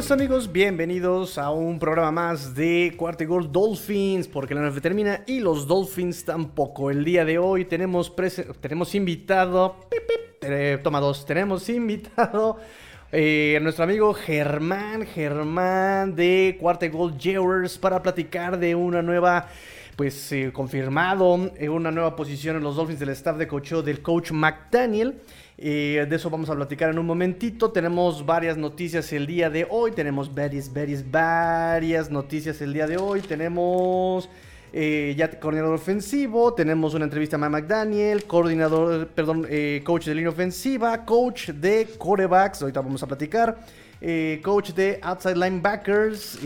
Saludos amigos, bienvenidos a un programa más de Cuarta y Gol Dolphins, porque la NFL termina y los Dolphins tampoco. El día de hoy tenemos invitado, tenemos invitado a nuestro amigo Germán de Cuarta y Gol Jewers para platicar de una nueva, confirmado, una nueva posición en los Dolphins del staff de coacheo del coach McDaniel. De eso vamos a platicar en un momentito. Tenemos varias noticias el día de hoy. Tenemos varias noticias el día de hoy. Tenemos coordinador ofensivo. Tenemos una entrevista a Mike McDaniel, coach de línea ofensiva, coach de quarterbacks. Ahorita vamos a platicar. Coach de outside linebackers.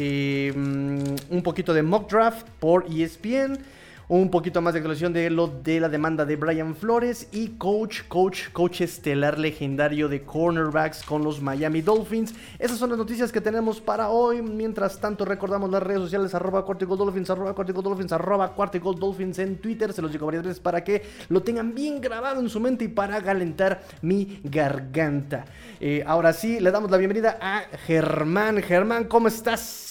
Un poquito de mock draft por ESPN. Un poquito más de actualización de la demanda de Brian Flores y coach estelar legendario de cornerbacks con los Miami Dolphins. Esas son las noticias que tenemos para hoy. Mientras tanto, recordamos las redes sociales @cuartaygol_dolphins, @cuartaygol_dolphins, @cuartaygol_dolphins en Twitter. Se los digo varias veces para que lo tengan bien grabado en su mente y para calentar mi garganta. Ahora sí, le damos la bienvenida a Germán. Germán, ¿cómo estás?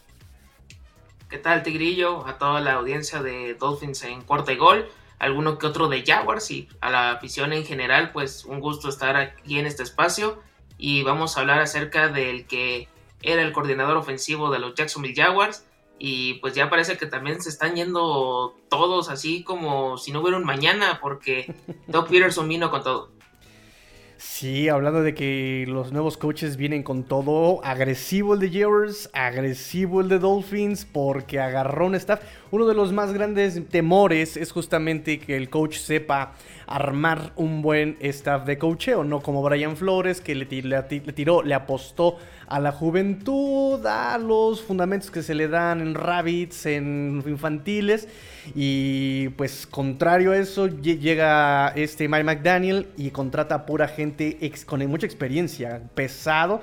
¿Qué tal, Tigrillo? A toda la audiencia de Dolphins en Cuarta y Gol, alguno que otro de Jaguars y a la afición en general, pues un gusto estar aquí en este espacio y vamos a hablar acerca del que era el coordinador ofensivo de los Jacksonville Jaguars y pues ya parece que también se están yendo todos así como si no hubiera un mañana porque Doug Peterson vino con todo. Sí, hablando de que los nuevos coaches vienen con todo, agresivo el de Jaguars, agresivo el de Dolphins, porque agarró un staff. Uno de los más grandes temores es justamente que el coach sepa armar un buen staff de coacheo, no como Brian Flores, que le apostó a la juventud, a los fundamentos que se le dan en Rabbits, en infantiles, y pues contrario a eso llega Mike McDaniel y contrata a pura gente con mucha experiencia, pesado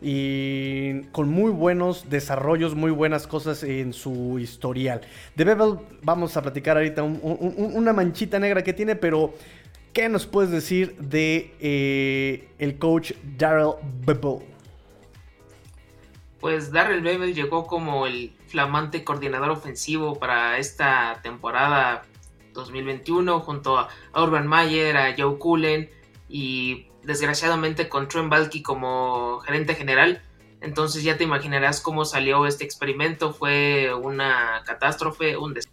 y con muy buenos desarrollos, muy buenas cosas en su historial. De Bevell vamos a platicar ahorita una manchita negra que tiene, pero ¿qué nos puedes decir de el coach Darrell Bevell? Pues Darrell Bevell llegó como el flamante coordinador ofensivo para esta temporada 2021 junto a Urban Meyer, a Joe Cullen y desgraciadamente con Trent Baalke como gerente general. Entonces ya te imaginarás cómo salió este experimento. Fue una catástrofe, un desastre.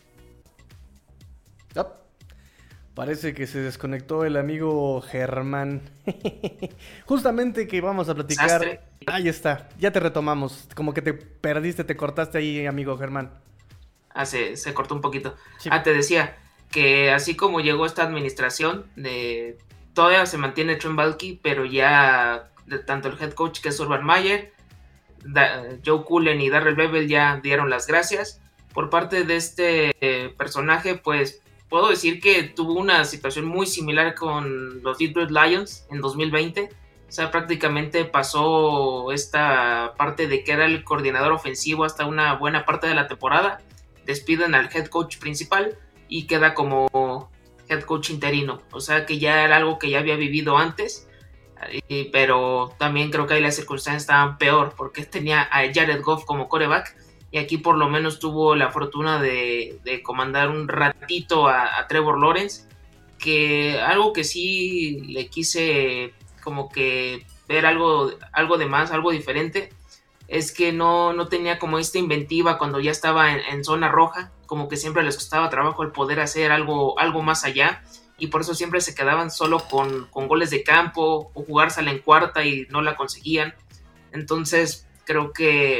Parece que se desconectó el amigo Germán. Justamente que vamos a platicar. Desastre. Ahí está, ya te retomamos. Como que te perdiste, te cortaste ahí, amigo Germán. Se cortó un poquito. Sí. Te decía que así como llegó esta administración, todavía se mantiene Trent Baalke, pero ya tanto el head coach que es Urban Meyer, Joe Cullen y Darrell Bevell ya dieron las gracias. Por parte de este personaje, pues puedo decir que tuvo una situación muy similar con los Detroit Lions en 2020. O sea, prácticamente pasó esta parte de que era el coordinador ofensivo hasta una buena parte de la temporada. Despiden al head coach principal y queda como head coach interino. O sea, que ya era algo que ya había vivido antes. Pero también creo que ahí las circunstancias estaban peor porque tenía a Jared Goff como quarterback. Y aquí por lo menos tuvo la fortuna de comandar un ratito a Trevor Lawrence, que algo que sí le quise como que ver algo de más, algo diferente, es que no tenía como esta inventiva cuando ya estaba en zona roja, como que siempre les costaba trabajo el poder hacer algo más allá, y por eso siempre se quedaban solo con goles de campo o jugársela en cuarta y no la conseguían. Entonces creo que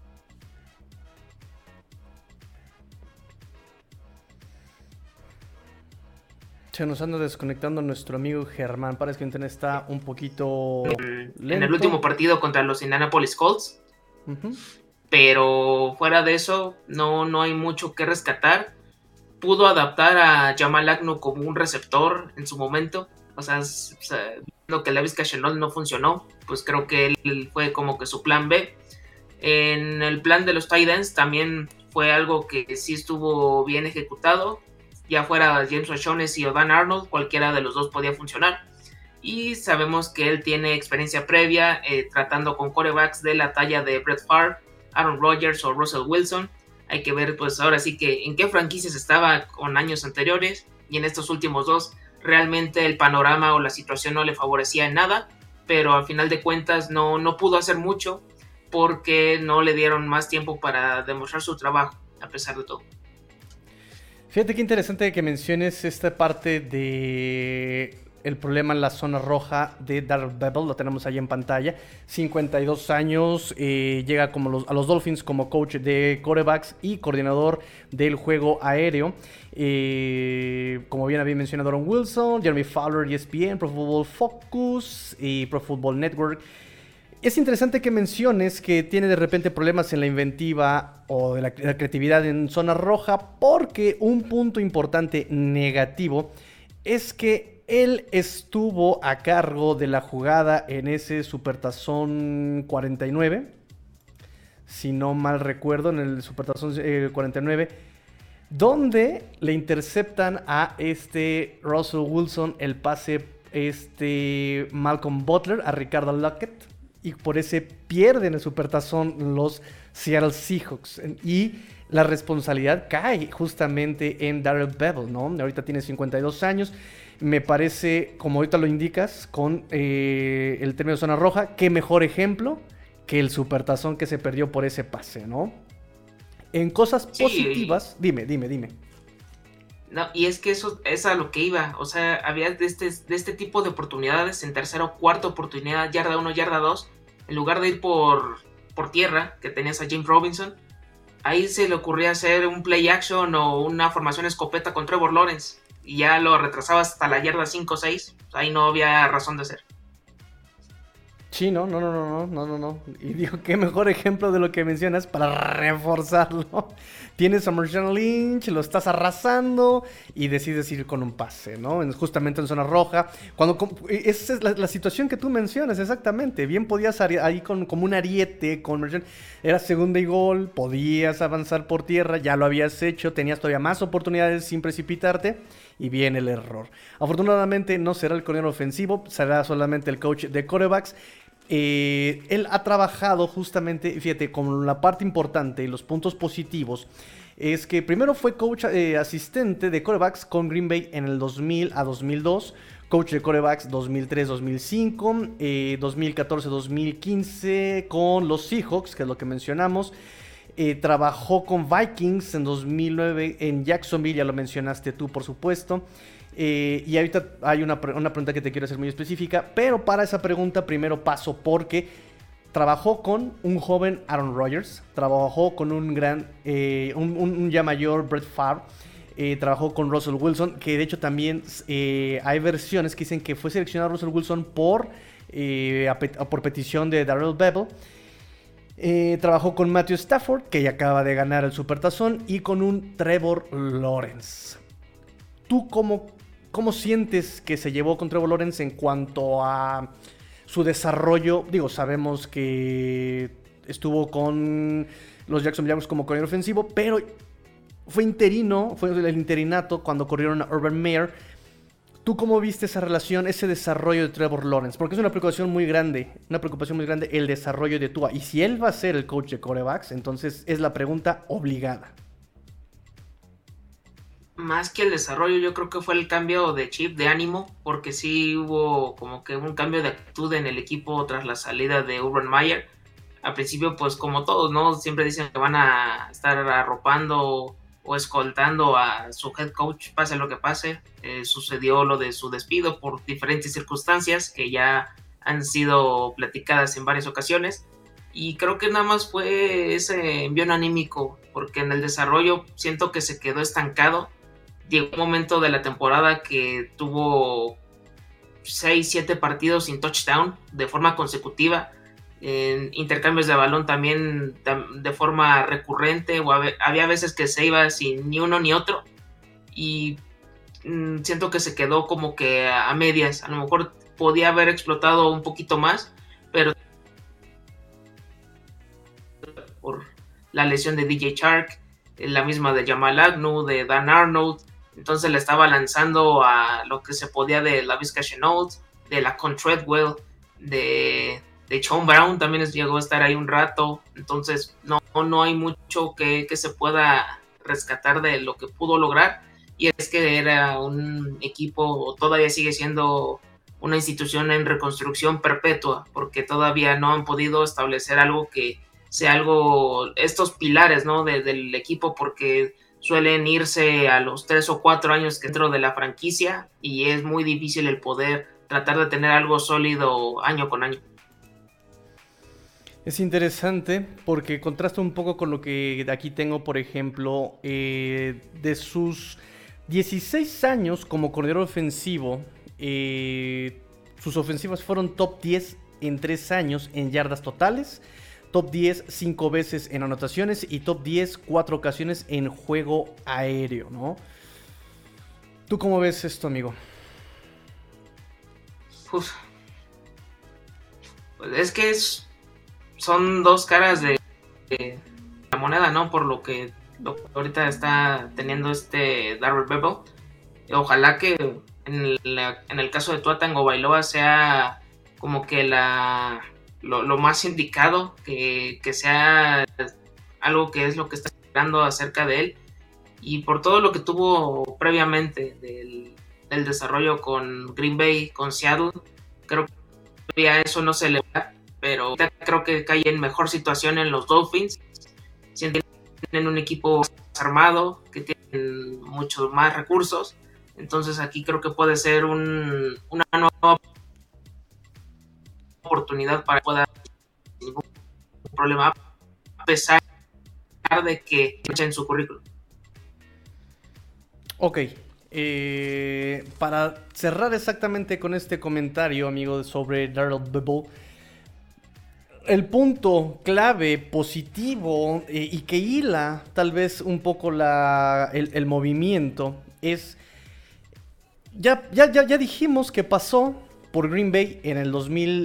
Se nos anda desconectando nuestro amigo Germán. Parece que el internet está un poquito lento. En el último partido contra los Indianapolis Colts. Uh-huh. Pero fuera de eso, no hay mucho que rescatar. Pudo adaptar a Jamal Agnew como un receptor en su momento. O sea, lo que Laviska Shenault no funcionó, pues creo que él fue como que su plan B. En el plan de los tight ends también fue algo que sí estuvo bien ejecutado. Ya fuera James O'Shaughnessy o Dan Arnold, cualquiera de los dos podía funcionar. y sabemos que él tiene experiencia previa tratando con quarterbacks de la talla de Brett Favre, Aaron Rodgers o Russell Wilson. Hay que ver pues ahora sí que en qué franquicias estaba con años anteriores, y en estos últimos dos realmente el panorama o la situación no le favorecía en nada, pero al final de cuentas no pudo hacer mucho porque no le dieron más tiempo para demostrar su trabajo, a pesar de todo. Fíjate qué interesante que menciones esta parte de el problema en la zona roja de Darrell Bevell, lo tenemos ahí en pantalla. 52 años, llega como a los Dolphins como coach de quarterbacks y coordinador del juego aéreo. Como bien había mencionado Aaron Wilson, Jeremy Fowler, ESPN, Pro Football Focus y Pro Football Network. Es interesante que menciones que tiene de repente problemas en la inventiva o de la creatividad en zona roja, porque un punto importante negativo es que él estuvo a cargo de la jugada en ese Supertazón 49, si no mal recuerdo, en el Supertazón 49, donde le interceptan a Russell Wilson el pase Malcolm Butler a Ricardo Lockett. Y por ese pierden el Supertazón los Seattle Seahawks. Y la responsabilidad cae justamente en Darrell Bevell, ¿no? Ahorita tiene 52 años. Me parece, como ahorita lo indicas, con el término de zona roja, qué mejor ejemplo que el Supertazón que se perdió por ese pase, ¿no? En cosas positivas, sí. Dime. No, y es que eso es a lo que iba. O sea, había de este tipo de oportunidades en tercera o cuarta oportunidad, yarda 1, yarda 2, en lugar de ir por tierra, que tenías a James Robinson, ahí se le ocurría hacer un play action o una formación escopeta con Trevor Lawrence, y ya lo retrasabas hasta la yarda 5 o 6. Ahí no había razón de ser. Sí, no. Y digo, qué mejor ejemplo de lo que mencionas para reforzarlo. Tienes a Marshawn Lynch, lo estás arrasando y decides ir con un pase, ¿no? Justamente en zona roja. Esa es la situación que tú mencionas, exactamente. Bien podías ahí como un ariete con Marshawn. Era segunda y gol, podías avanzar por tierra, ya lo habías hecho, tenías todavía más oportunidades sin precipitarte. Y viene el error. Afortunadamente no será el coordinador ofensivo, será solamente el coach de quarterbacks. Él ha trabajado justamente, fíjate, con la parte importante y los puntos positivos. Es que primero fue coach asistente de quarterbacks con Green Bay en el 2000 a 2002. Coach de quarterbacks 2003-2005, 2014-2015 con los Seahawks, que es lo que mencionamos. Trabajó con Vikings en 2009 en Jacksonville, ya lo mencionaste tú, por supuesto. Y ahorita hay una pregunta que te quiero hacer muy específica, pero para esa pregunta primero paso porque trabajó con un joven Aaron Rodgers, trabajó con un gran, un ya mayor Brett Favre, trabajó con Russell Wilson, que de hecho también hay versiones que dicen que fue seleccionado Russell Wilson por petición de Darrell Bevell. Trabajó con Matthew Stafford, que ya acaba de ganar el Supertazón, y con un Trevor Lawrence. ¿Tú cómo sientes que se llevó con Trevor Lawrence en cuanto a su desarrollo? Digo, sabemos que estuvo con los Jacksonville Jaguars como coordinador ofensivo, pero fue el interinato cuando corrieron a Urban Meyer. ¿Tú cómo viste esa relación, ese desarrollo de Trevor Lawrence? Porque es una preocupación muy grande el desarrollo de Tua. Y si él va a ser el coach de quarterbacks, entonces es la pregunta obligada. Más que el desarrollo, yo creo que fue el cambio de chip, de ánimo, porque sí hubo como que un cambio de actitud en el equipo tras la salida de Urban Meyer. Al principio, pues como todos, ¿no? Siempre dicen que van a estar arropando o escoltando a su head coach, pase lo que pase. Sucedió lo de su despido por diferentes circunstancias que ya han sido platicadas en varias ocasiones, y creo que nada más fue ese envión anímico, porque en el desarrollo siento que se quedó estancado. Llegó un momento de la temporada que tuvo 6-7 partidos sin touchdown de forma consecutiva, en intercambios de balón también de forma recurrente, o había veces que se iba sin ni uno ni otro, y siento que se quedó como que a medias. A lo mejor podía haber explotado un poquito más, pero por la lesión de DJ Chark, la misma de Jamal Agnew, de Dan Arnold, entonces le estaba lanzando a lo que se podía de Laviska Shenault, la Treadwell, de Sean Brown también llegó a estar ahí un rato. Entonces no hay mucho que se pueda rescatar de lo que pudo lograr. Y es que era un equipo, todavía sigue siendo una institución en reconstrucción perpetua, porque todavía no han podido establecer algo que sea estos pilares, ¿no? del equipo, porque suelen irse a los 3 o 4 años dentro de la franquicia y es muy difícil el poder tratar de tener algo sólido año con año. Es interesante porque contrasta un poco con lo que aquí tengo, por ejemplo, de sus 16 años como coordinador ofensivo, sus ofensivas fueron top 10 en 3 años en yardas totales, top 10 5 veces en anotaciones y top 10 4 ocasiones en juego aéreo, ¿no? ¿Tú cómo ves esto, amigo? Pues es que son dos caras de la moneda, ¿no? Por lo que ahorita está teniendo Darrell Bevell. Ojalá que en el caso de Tua Tagovailoa sea como que lo más indicado, que sea algo que es lo que está esperando acerca de él, y por todo lo que tuvo previamente del desarrollo con Green Bay, con Seattle, creo que ya eso no se le va, pero creo que cae en mejor situación en los Dolphins. Tienen un equipo más armado, que tienen muchos más recursos, entonces aquí creo que puede ser una nueva oportunidad para que pueda sin ningún problema, a pesar de que en su currículum. Ok, para cerrar exactamente con este comentario, amigo, sobre Darrell Bevell, el punto clave, positivo, y que hila tal vez un poco el movimiento es, ya dijimos que pasó por Green Bay en el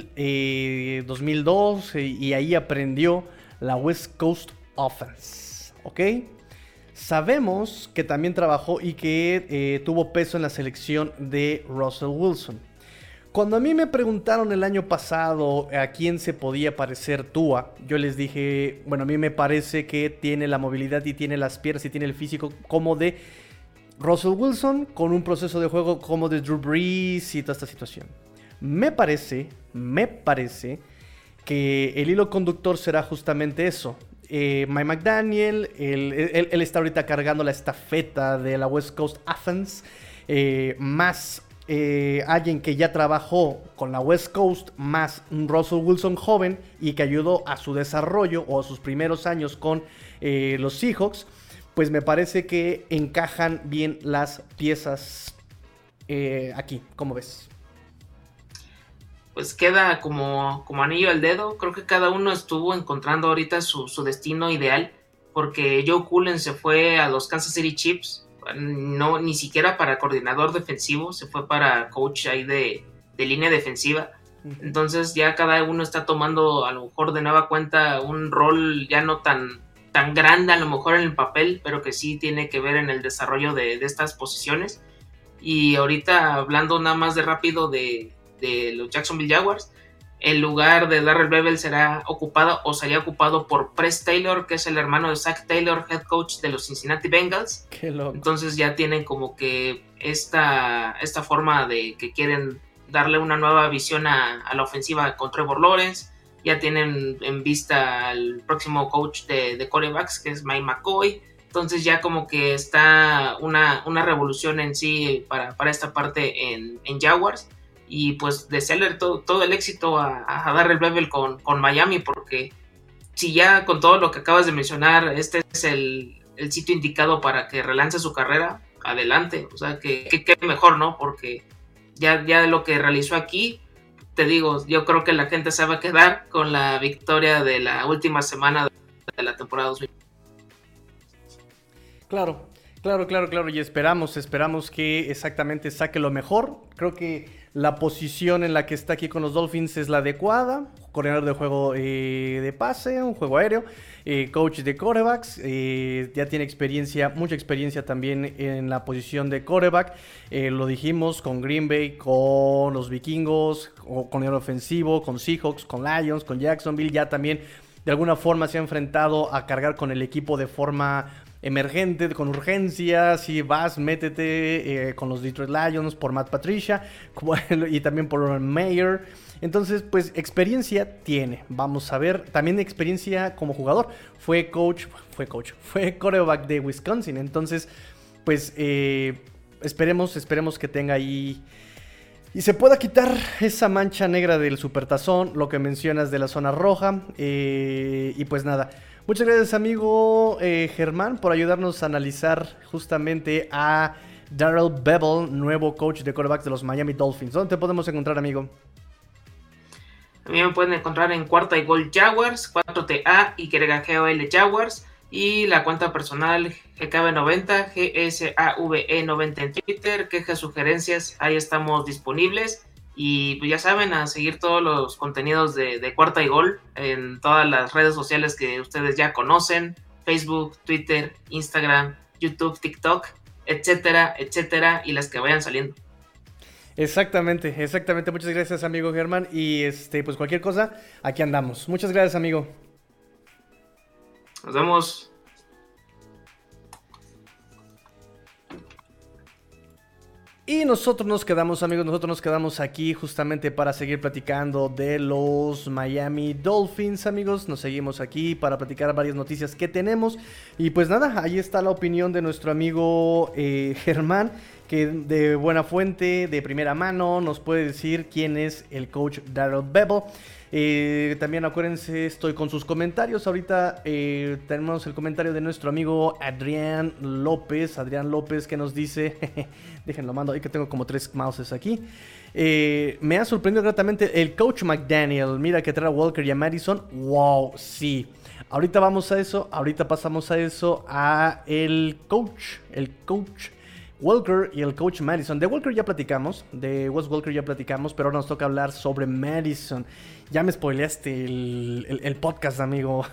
2002 y ahí aprendió la West Coast Offense, ¿ok? Sabemos que también trabajó y que tuvo peso en la selección de Russell Wilson. Cuando a mí me preguntaron el año pasado a quién se podía parecer Tua, yo les dije, bueno, a mí me parece que tiene la movilidad y tiene las piernas y tiene el físico como de Russell Wilson, con un proceso de juego como de Drew Brees y toda esta situación. Me parece que el hilo conductor será justamente eso. Mike McDaniel, él está ahorita cargando la estafeta de la West Coast Offense, más alguien que ya trabajó con la West Coast, más un Russell Wilson joven y que ayudó a su desarrollo o a sus primeros años con los Seahawks, pues me parece que encajan bien las piezas aquí. ¿Cómo ves? Pues queda como anillo al dedo. Creo que cada uno estuvo encontrando ahorita su destino ideal, porque Joe Cullen se fue a los Kansas City Chiefs, no, ni siquiera para coordinador defensivo, se fue para coach ahí de línea defensiva. Entonces ya cada uno está tomando a lo mejor de nueva cuenta un rol ya no tan grande a lo mejor en el papel, pero que sí tiene que ver en el desarrollo de estas posiciones. Y ahorita hablando nada más de rápido de los Jacksonville Jaguars, el lugar de Darrell Bevell sería ocupado por Press Taylor, que es el hermano de Zach Taylor, head coach de los Cincinnati Bengals. Qué loco. Entonces ya tienen como que esta forma de que quieren darle una nueva visión a la ofensiva con Trevor Lawrence. Ya tienen en vista al próximo coach de quarterbacks, que es Mike McCoy. Entonces ya como que está una revolución en sí para esta parte en Jaguars. Y pues desearle todo el éxito a Darrell Bevell con Miami, porque si ya con todo lo que acabas de mencionar, este es el sitio indicado para que relance su carrera, adelante. O sea, que mejor, ¿no? Porque ya lo que realizó aquí, te digo, yo creo que la gente se va a quedar con la victoria de la última semana de la temporada 2020. Claro, y esperamos que exactamente saque lo mejor. Creo que La posición en la que está aquí con los Dolphins es la adecuada. Coordinador de juego de pase, un juego aéreo. Coach de quarterbacks. Ya tiene experiencia, mucha experiencia también en la posición de quarterback. Lo dijimos con Green Bay, con los Vikingos, con el ofensivo, con Seahawks, con Lions, con Jacksonville. Ya también de alguna forma se ha enfrentado a cargar con el equipo de forma emergente, con urgencia. Si vas, métete con los Detroit Lions por Matt Patricia y también por Urban Meyer. Entonces, pues experiencia tiene. Vamos a ver, también experiencia como jugador. Fue quarterback de Wisconsin. Entonces, pues esperemos que tenga ahí y se pueda quitar esa mancha negra del supertazón, lo que mencionas de la zona roja. Y pues nada. Muchas gracias, amigo Germán, por ayudarnos a analizar justamente a Darrell Bevell, nuevo coach de quarterbacks de los Miami Dolphins. ¿Dónde te podemos encontrar, amigo? A mí me pueden encontrar en Cuarta y Gol Jaguars, 4TA y GOL Jaguars, y la cuenta personal GKB90, GSAVE90 en Twitter. Quejas, sugerencias, ahí estamos disponibles. Y pues ya saben, a seguir todos los contenidos de Cuarta y Gol en todas las redes sociales que ustedes ya conocen: Facebook, Twitter, Instagram, YouTube, TikTok, etcétera, etcétera, y las que vayan saliendo. Exactamente. Muchas gracias, amigo Germán. Y pues cualquier cosa, aquí andamos. Muchas gracias, amigo. Nos vemos. Y nosotros nos quedamos, amigos, aquí justamente para seguir platicando de los Miami Dolphins, amigos. Nos seguimos aquí para platicar varias noticias que tenemos. Y pues nada, ahí está la opinión de nuestro amigo Germán, que de buena fuente, de primera mano, nos puede decir quién es el coach Darrell Bevell. También acuérdense, estoy con sus comentarios. Ahorita tenemos el comentario de nuestro amigo Adrián López, que nos dice, déjenlo mando, ahí que tengo como 3 mouses aquí. Me ha sorprendido gratamente el coach McDaniel. Mira que trae a Walker y a Madison. Wow, sí. Ahorita vamos a eso, ahorita pasamos a eso, a el coach Walker y el coach Madison. De Walker ya platicamos, de Wes Walker ya platicamos, pero ahora nos toca hablar sobre Madison. Ya me spoileaste el podcast, amigo.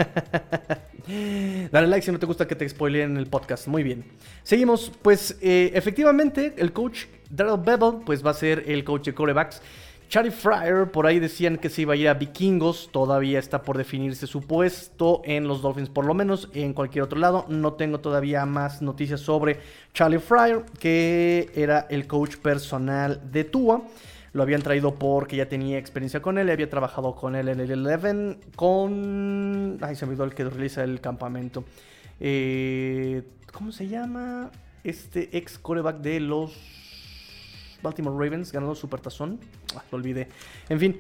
Dale like si no te gusta que te spoileen el podcast. Muy bien. Seguimos, pues efectivamente el coach Darrell Bevell pues va a ser el coach de quarterbacks. Charlie Fryer, por ahí decían que se iba a ir a Vikingos. Todavía está por definirse su puesto en los Dolphins, por lo menos. En cualquier otro lado no tengo todavía más noticias sobre Charlie Fryer, que era el coach personal de Tua. Lo habían traído porque ya tenía experiencia con él. Había trabajado con él en el 11 con... Ay, se me olvidó el que realiza el campamento. ¿Cómo se llama? Este ex quarterback de los Baltimore Ravens, ganando Supertazón. Lo olvidé. En fin.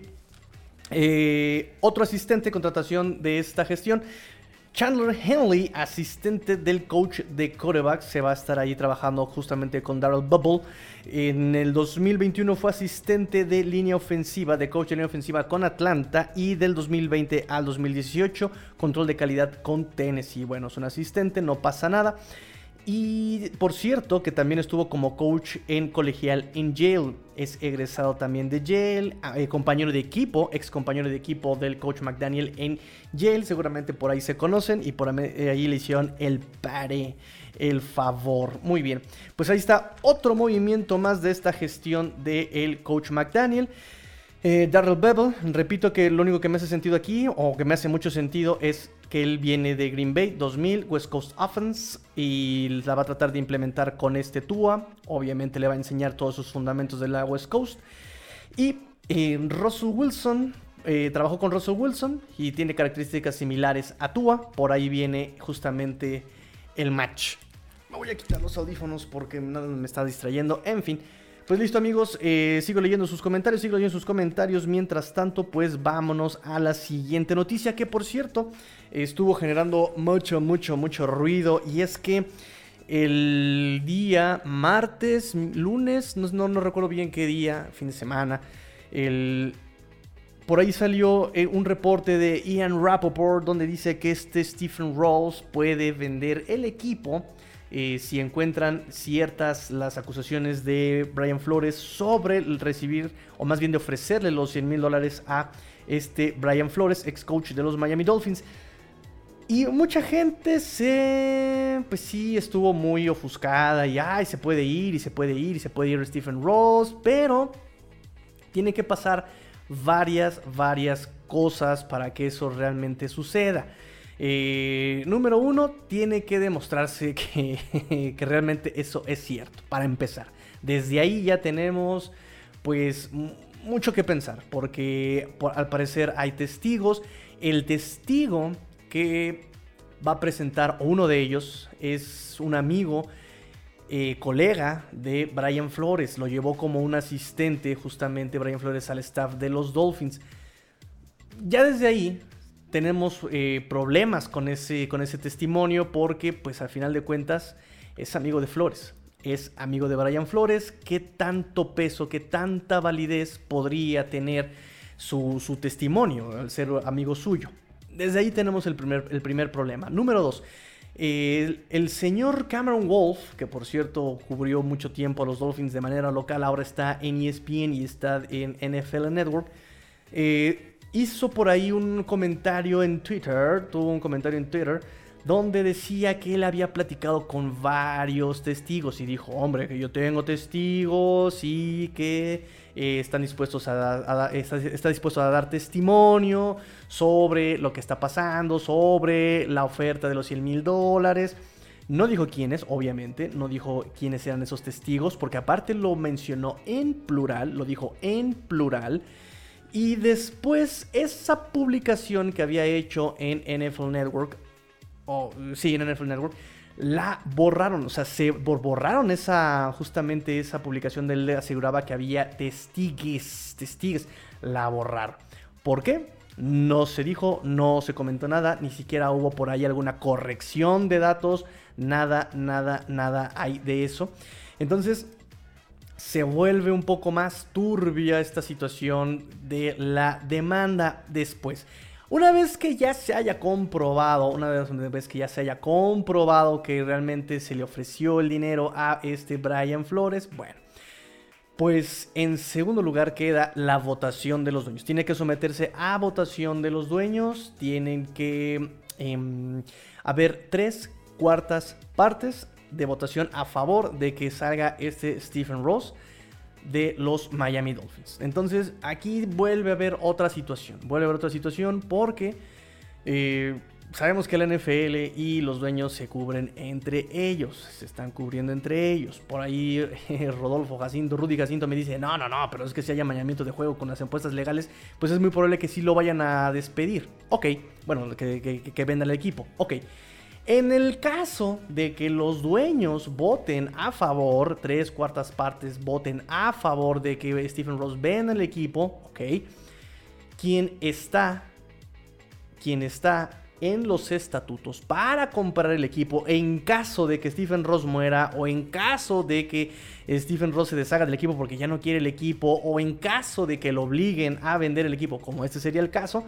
Otro asistente, contratación de esta gestión. Chandler Henley, asistente del coach de quarterbacks, se va a estar ahí trabajando justamente con Darrell Bevell. En el 2021 fue asistente de línea ofensiva, de coach de línea ofensiva con Atlanta, y del 2020 al 2018 control de calidad con Tennessee. Bueno, es un asistente, no pasa nada. Y por cierto que también estuvo como coach en colegial en Yale. Es egresado también de Yale, ex compañero de equipo del coach McDaniel en Yale. Seguramente por ahí se conocen y por ahí le hicieron el favor. Muy bien, pues ahí está otro movimiento más de esta gestión del coach McDaniel. Darrell Bevell, repito que lo único que me hace sentido aquí, o que me hace mucho sentido, es que él viene de Green Bay 2000, West Coast Offense, y la va a tratar de implementar con este Tua. Obviamente le va a enseñar todos sus fundamentos de la West Coast. Y Russell Wilson, trabajó con Russell Wilson y tiene características similares a Tua. Por ahí viene justamente el match. Me voy a quitar los audífonos porque nada me está distrayendo. En fin. Pues listo, amigos, sigo leyendo sus comentarios. Mientras tanto, pues vámonos a la siguiente noticia, que por cierto estuvo generando mucho ruido. Y es que el día martes, lunes, no recuerdo bien qué día, fin de semana, por ahí salió un reporte de Ian Rapoport donde dice que Stephen Rawls puede vender el equipo si encuentran ciertas las acusaciones de Brian Flores sobre el recibir, o más bien de ofrecerle los $100,000 a Brian Flores, ex coach de los Miami Dolphins. Y mucha gente pues sí, estuvo muy ofuscada y se puede ir, y se puede ir, y se puede ir Stephen Ross, pero tiene que pasar varias cosas para que eso realmente suceda. Número 1, tiene que demostrarse que realmente eso es cierto, para empezar. Desde ahí ya tenemos pues mucho que pensar, porque al parecer hay testigos. El testigo que va a presentar, o uno de ellos, es un amigo, colega de Brian Flores. Lo llevó como un asistente justamente Brian Flores al staff de los Dolphins. Ya desde ahí tenemos problemas con ese testimonio, porque pues al final de cuentas es amigo de Flores, es amigo de Brian Flores. ¿Qué tanto peso, qué tanta validez podría tener su testimonio al ser amigo suyo? Desde ahí tenemos el primer problema. Número 2, el señor Cameron Wolfe, que por cierto cubrió mucho tiempo a los Dolphins de manera local, ahora está en ESPN y está en NFL Network, hizo por ahí un comentario en Twitter, donde decía que él había platicado con varios testigos y dijo, hombre, que yo tengo testigos y que está dispuesto a dar testimonio sobre lo que está pasando, sobre la oferta de los $100,000. No dijo quiénes, obviamente, no dijo quiénes eran esos testigos, porque aparte lo mencionó en plural, lo dijo en plural. Y después esa publicación que había hecho en NFL Network, en NFL Network, la borraron. O sea, se borraron justamente esa publicación de él. Aseguraba que había testigues, la borraron. ¿Por qué? No se dijo, no se comentó nada, ni siquiera hubo por ahí alguna corrección de datos, nada hay de eso. Entonces se vuelve un poco más turbia esta situación de la demanda después. Una vez que ya se haya comprobado, que realmente se le ofreció el dinero a Brian Flores, bueno, pues en segundo lugar queda la votación de los dueños. Tiene que someterse a votación de los dueños. Tienen que haber 3/4 partes de votación a favor de que salga Stephen Ross de los Miami Dolphins. Entonces aquí vuelve a haber otra situación. Porque sabemos que la NFL y los dueños se cubren entre ellos. Se están cubriendo entre ellos. Por ahí Rudy Jacinto me dice, no, pero es que si hay amañamiento de juego con las apuestas legales, pues es muy probable que sí lo vayan a despedir. Ok, bueno, que venda el equipo. Ok. En el caso de que los dueños voten a favor, 3/4 partes voten a favor de que Stephen Ross venda el equipo, ok, quien está en los estatutos para comprar el equipo en caso de que Stephen Ross muera, o en caso de que Stephen Ross se deshaga del equipo porque ya no quiere el equipo, o en caso de que lo obliguen a vender el equipo, como este sería el caso,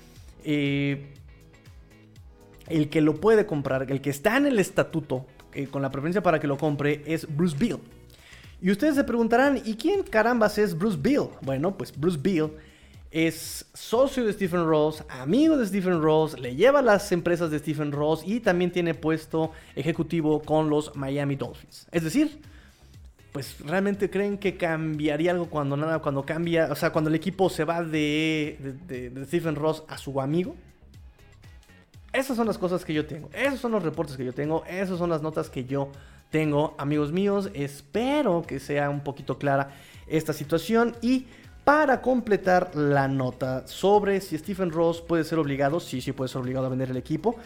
el que lo puede comprar, el que está en el estatuto con la preferencia para que lo compre, es Bruce Beal. Y ustedes se preguntarán, ¿y quién carambas es Bruce Beal? Bueno, pues Bruce Beal es socio de Stephen Ross, amigo de Stephen Ross, le lleva las empresas de Stephen Ross y también tiene puesto ejecutivo con los Miami Dolphins. Es decir, pues realmente creen que cambiaría algo cuando cambia, o sea, cuando el equipo se va de Stephen Ross a su amigo. Esas son las cosas que yo tengo, esos son los reportes que yo tengo, esas son las notas que yo tengo, amigos míos. Espero que sea un poquito clara esta situación. Y para completar la nota sobre si Stephen Ross puede ser obligado, sí puede ser obligado a vender el equipo.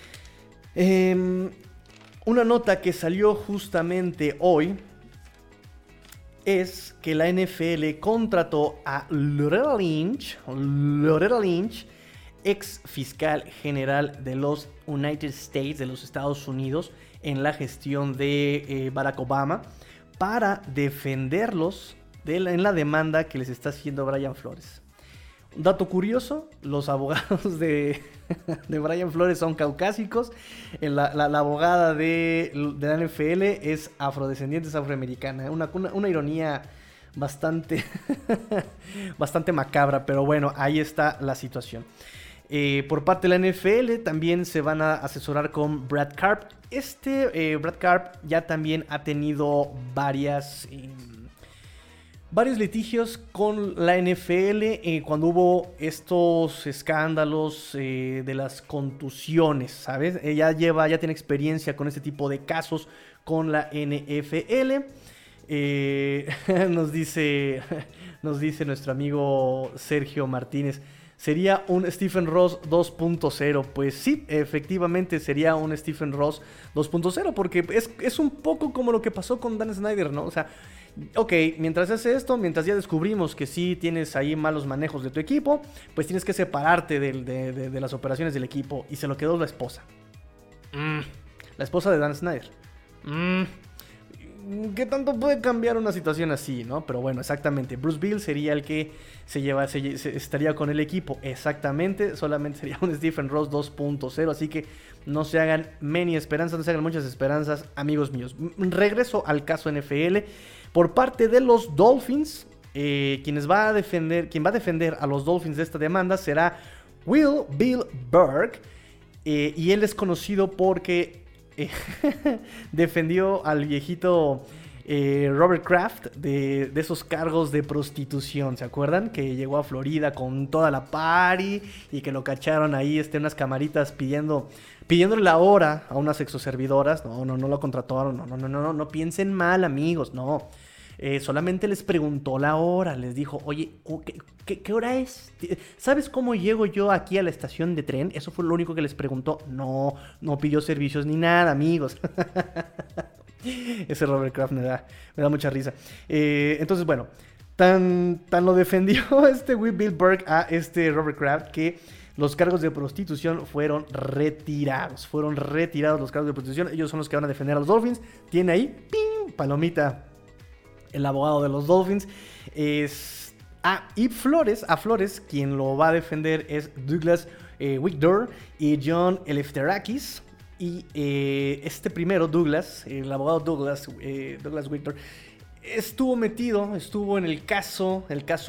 Una nota que salió justamente hoy es que la NFL contrató a Loretta Lynch, ex fiscal general de los United States, de los Estados Unidos, en la gestión de Barack Obama, para defenderlos en la demanda que les está haciendo Brian Flores. Un dato curioso, los abogados de Brian Flores son caucásicos. La abogada de la NFL es afrodescendiente, es afroamericana. Una ironía bastante, bastante macabra, pero bueno, ahí está la situación. Por parte de la NFL también se van a asesorar con Brad Karp. Brad Karp ya también ha tenido varios litigios con la NFL cuando hubo estos escándalos de las contusiones, ¿sabes? Ya tiene experiencia con este tipo de casos con la NFL. Nos dice nuestro amigo Sergio Martínez, sería un Stephen Ross 2.0. Pues sí, efectivamente sería un Stephen Ross 2.0, porque es un poco como lo que pasó con Dan Snyder, ¿no? O sea, ok, mientras hace esto, mientras ya descubrimos que sí tienes ahí malos manejos de tu equipo, pues tienes que separarte de las operaciones del equipo, y se lo quedó la esposa. La esposa de Dan Snyder. ¿Qué tanto puede cambiar una situación así, no? Pero bueno, exactamente. Bruce Beal sería el que se estaría con el equipo. Exactamente. Solamente sería un Stephen Ross 2.0. Así que no se hagan no se hagan muchas esperanzas, amigos míos. Regreso al caso NFL. Por parte de los Dolphins, quien va a defender a los Dolphins de esta demanda será Bill Burke. Y él es conocido porque defendió al viejito Robert Kraft de esos cargos de prostitución. ¿Se acuerdan? Que llegó a Florida con toda la party y que lo cacharon ahí unas camaritas pidiéndole la hora a unas exoservidoras. No lo contrataron. No piensen mal, amigos. No. Solamente les preguntó la hora. Les dijo, oye, ¿qué hora es? ¿Sabes cómo llego yo aquí a la estación de tren? Eso fue lo único que les preguntó. No pidió servicios ni nada, amigos. Ese Robert Kraft me da mucha risa. Entonces, bueno, tan lo defendió Bill Burke a Robert Kraft que los cargos de prostitución fueron retirados. Fueron retirados los cargos de prostitución. Ellos son los que van a defender a los Dolphins. Tiene ahí, ¡ping!, palomita, el abogado de los Dolphins. Y Flores, quien lo va a defender es Douglas Wigdor y John Eleftherakis. Y primero, Douglas, el abogado Douglas Wigdor, estuvo en el caso,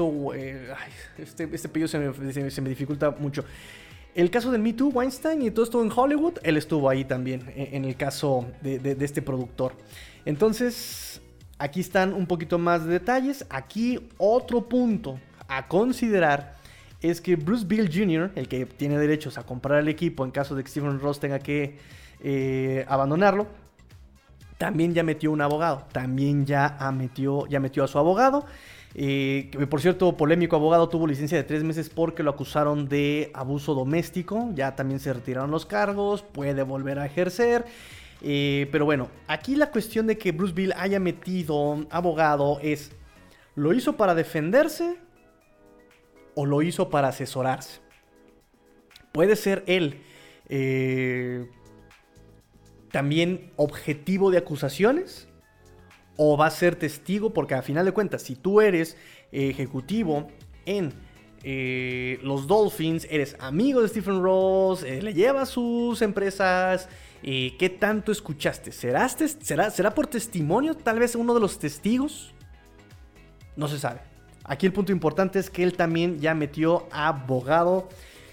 este apellido se me dificulta mucho. El caso del Me Too, Weinstein, y todo esto en Hollywood, él estuvo ahí también en el caso de este productor. Entonces, aquí están un poquito más de detalles. Aquí otro punto a considerar es que Bruce Beal Jr., el que tiene derechos a comprar el equipo en caso de que Stephen Ross tenga que abandonarlo, también ya metió un abogado. Ya metió a su abogado. Que por cierto, polémico abogado, tuvo licencia de 3 meses porque lo acusaron de abuso doméstico. Ya también se retiraron los cargos, puede volver a ejercer. Pero bueno, aquí la cuestión de que Bruce Beal haya metido abogado es, ¿lo hizo para defenderse o lo hizo para asesorarse? Puede ser él también objetivo de acusaciones, o va a ser testigo, porque a final de cuentas, si tú eres ejecutivo en los Dolphins, eres amigo de Stephen Ross, le llevas sus empresas, ¿qué tanto escuchaste? ¿Será por testimonio? Tal vez uno de los testigos. No se sabe. Aquí el punto importante es que él también ya metió abogado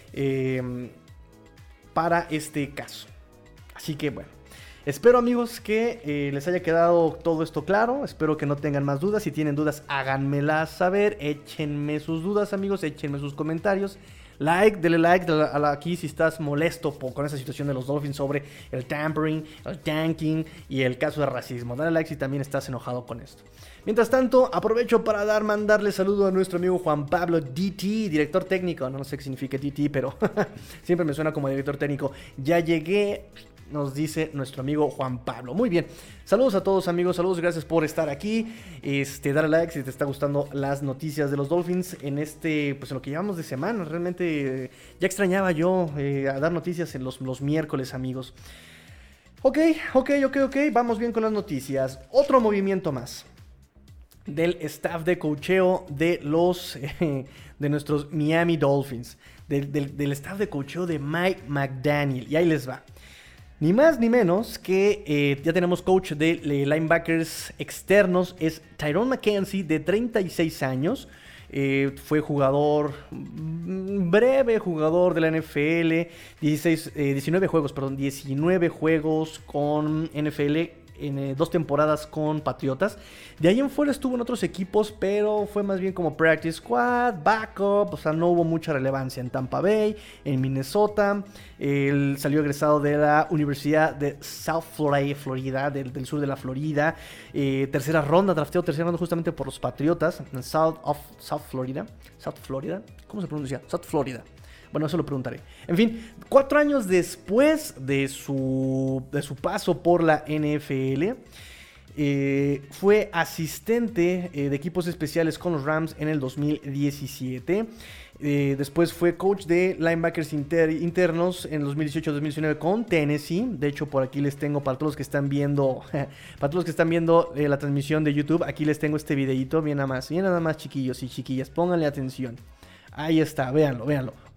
para este caso. Así que bueno, espero, amigos, que les haya quedado todo esto claro. Espero que no tengan más dudas. Si tienen dudas, háganmelas saber. Échenme sus dudas, amigos. Échenme sus comentarios. Dele like aquí si estás molesto con esa situación de los Dolphins sobre el tampering, el tanking y el caso de racismo. Dale like si también estás enojado con esto. Mientras tanto, aprovecho para mandarle saludo a nuestro amigo Juan Pablo DT, director técnico. No sé qué significa DT, pero siempre me suena como director técnico. Ya llegué, nos dice nuestro amigo Juan Pablo. Muy bien, saludos a todos, amigos, saludos, gracias por estar aquí. Dale like si te está gustando las noticias de los Dolphins en en lo que llevamos de semana. Realmente ya extrañaba yo a dar noticias en los miércoles, amigos. Ok, vamos bien con las noticias. Otro movimiento más. del staff de coacheo de de nuestros Miami Dolphins, del staff de coacheo de Mike McDaniel. Y ahí les va. Ni más ni menos que ya tenemos coach de linebackers externos, es Tyrone McKenzie, de 36 años. Fue breve jugador de la NFL, 19 juegos con NFL en 2 temporadas con Patriotas. De ahí en fuera estuvo en otros equipos, pero fue más bien como practice squad, backup, o sea, no hubo mucha relevancia en Tampa Bay, en Minnesota. Él salió egresado de la Universidad de South Florida, del sur de la Florida. Tercera ronda justamente por los Patriotas, en South Florida. ¿Cómo se pronuncia? South Florida. Bueno, eso lo preguntaré. En fin, 4 años después de su paso por la NFL, fue asistente de equipos especiales con los Rams en el 2017. Después fue coach de linebackers internos en 2018-2019 con Tennessee. De hecho, por aquí les tengo, para todos los que están viendo la transmisión de YouTube, aquí les tengo este videito. Bien nada más, chiquillos y chiquillas, pónganle atención. Ahí está, véanlo.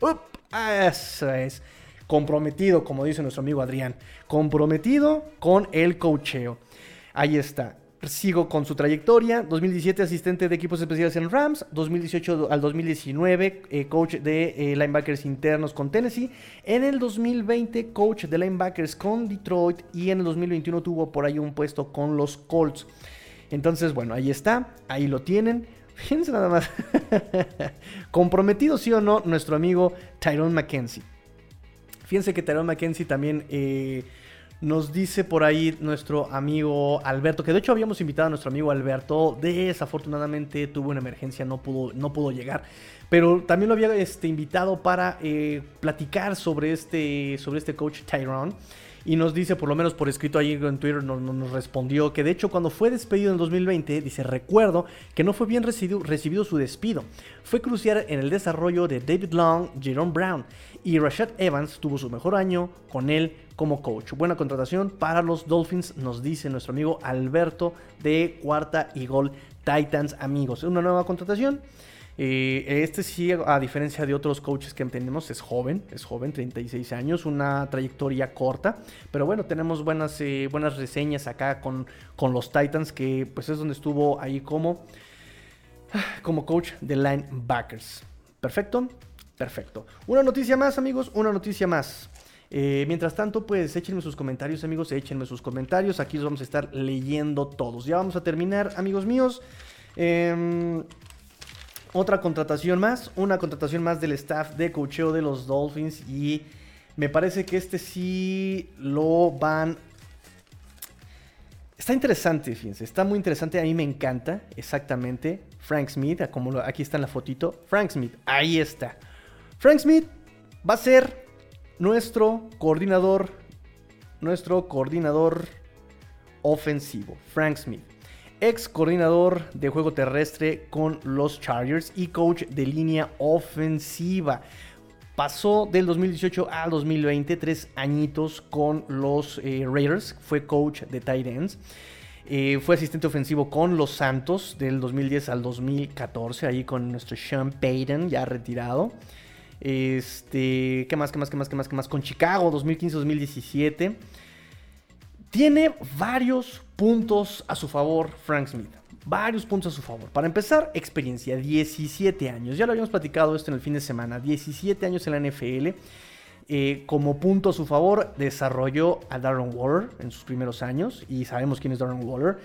Eso es. Comprometido, como dice nuestro amigo Adrián. Comprometido con el coacheo. Ahí está. Sigo con su trayectoria. 2017 asistente de equipos especiales en Rams. 2018 al 2019 coach de linebackers internos con Tennessee. En el 2020 coach de linebackers con Detroit. Y en el 2021 tuvo por ahí un puesto con los Colts. Entonces, bueno, ahí está. Ahí lo tienen. Fíjense nada más. Comprometido sí o no nuestro amigo Tyrone McKenzie. Fíjense que Tyrone McKenzie también nos dice por ahí nuestro amigo Alberto, que de hecho habíamos invitado a nuestro amigo Alberto. Desafortunadamente tuvo una emergencia, no pudo llegar. Pero también lo había invitado para platicar sobre este coach Tyrone. Y nos dice, por lo menos por escrito ahí en Twitter, nos respondió que de hecho cuando fue despedido en 2020, dice, recuerdo que no fue bien recibido su despido. Fue crucial en el desarrollo de David Long, Jerome Brown, y Rashad Evans tuvo su mejor año con él como coach. Buena contratación para los Dolphins, nos dice nuestro amigo Alberto de Cuarta y Gol Titans, amigos. Una nueva contratación. Este sí, a diferencia de otros coaches que tenemos, es joven, 36 años, una trayectoria corta, pero bueno, tenemos buenas reseñas acá con los Titans, que pues es donde estuvo ahí como coach de linebackers. Perfecto. Una noticia más, amigos, mientras tanto, pues échenme sus comentarios, amigos, aquí los vamos a estar leyendo todos. Ya vamos a terminar, amigos míos. Una contratación más del staff de coacheo de los Dolphins, y me parece que sí lo van... Está interesante, fíjense, está muy interesante, a mí me encanta, exactamente. Frank Smith, como aquí está en la fotito, Frank Smith, ahí está. Frank Smith va a ser nuestro coordinador ofensivo, Frank Smith. Ex coordinador de juego terrestre con los Chargers y coach de línea ofensiva. Pasó del 2018 al 2020, 3 añitos con los Raiders. Fue coach de tight ends. Fue asistente ofensivo con los Santos del 2010 al 2014. Ahí con nuestro Sean Payton, ya retirado. ¿Qué más? Con Chicago, 2015-2017. Tiene varios puntos a su favor Frank Smith. Para empezar, experiencia, 17 años. Ya lo habíamos platicado esto en el fin de semana. 17 años en la NFL. Como punto a su favor, desarrolló a Darren Waller en sus primeros años. Y sabemos quién es Darren Waller.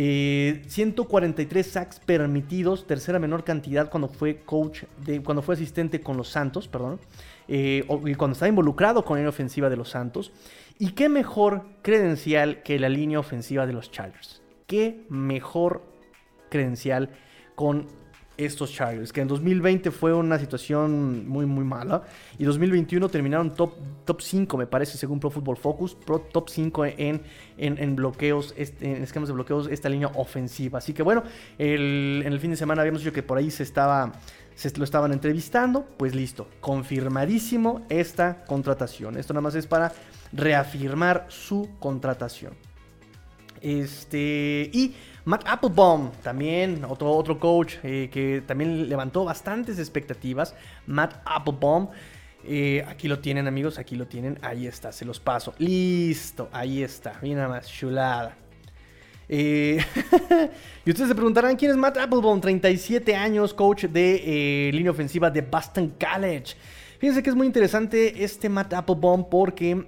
143 sacks permitidos. Tercera menor cantidad cuando fue asistente con los Santos, y cuando estaba involucrado con la línea ofensiva de los Santos. Y qué mejor credencial que la línea ofensiva de los Chargers. Qué mejor credencial con estos Chargers, que en 2020 fue una situación muy muy mala, y 2021 terminaron top 5, me parece, según Pro Football Focus, top 5 en bloqueos, en esquemas de bloqueos, esta línea ofensiva. Así que bueno, en el fin de semana habíamos dicho que por ahí lo estaban entrevistando. Pues listo, confirmadísimo esta contratación. Esto nada más es para reafirmar su contratación. Y Matt Applebaum, también otro coach que también levantó bastantes expectativas. Matt Applebaum, aquí lo tienen, amigos, aquí lo tienen. Ahí está, se los paso. Listo, ahí está, mira nada más, chulada. Y ustedes se preguntarán quién es Matt Applebaum, 37 años, coach de línea ofensiva de Boston College. Fíjense que es muy interesante este Matt Applebaum porque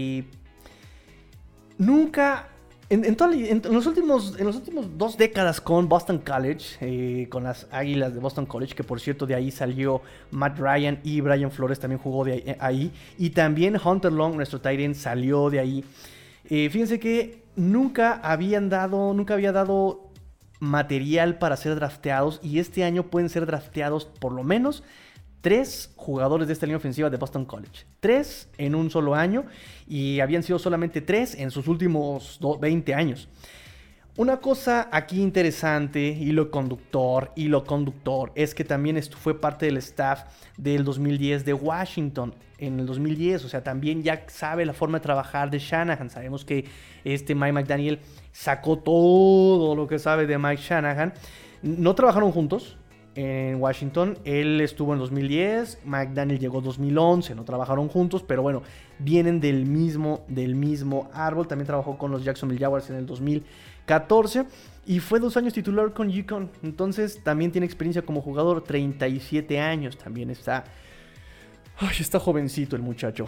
nunca... En los últimos 2 décadas con Boston College, con las Águilas de Boston College, que por cierto de ahí salió Matt Ryan y Brian Flores también jugó de ahí, y también Hunter Long, nuestro tight end, salió de ahí. Fíjense que nunca había dado material para ser drafteados, y este año pueden ser drafteados por lo menos 3 jugadores de esta línea ofensiva de Boston College. 3 en un solo año, y habían sido solamente 3 en sus últimos 20 años. Una cosa aquí interesante, hilo conductor, es que también fue parte del staff del 2010 de Washington. En el 2010, o sea, también ya sabe la forma de trabajar de Shanahan. Sabemos que Mike McDaniel sacó todo lo que sabe de Mike Shanahan. No trabajaron juntos en Washington. Él estuvo en 2010, McDaniel llegó en 2011, no trabajaron juntos, pero bueno, vienen del mismo árbol. También trabajó con los Jacksonville Jaguars en el 2014 y fue 2 años titular con UConn. Entonces también tiene experiencia como jugador, 37 años, también está jovencito el muchacho.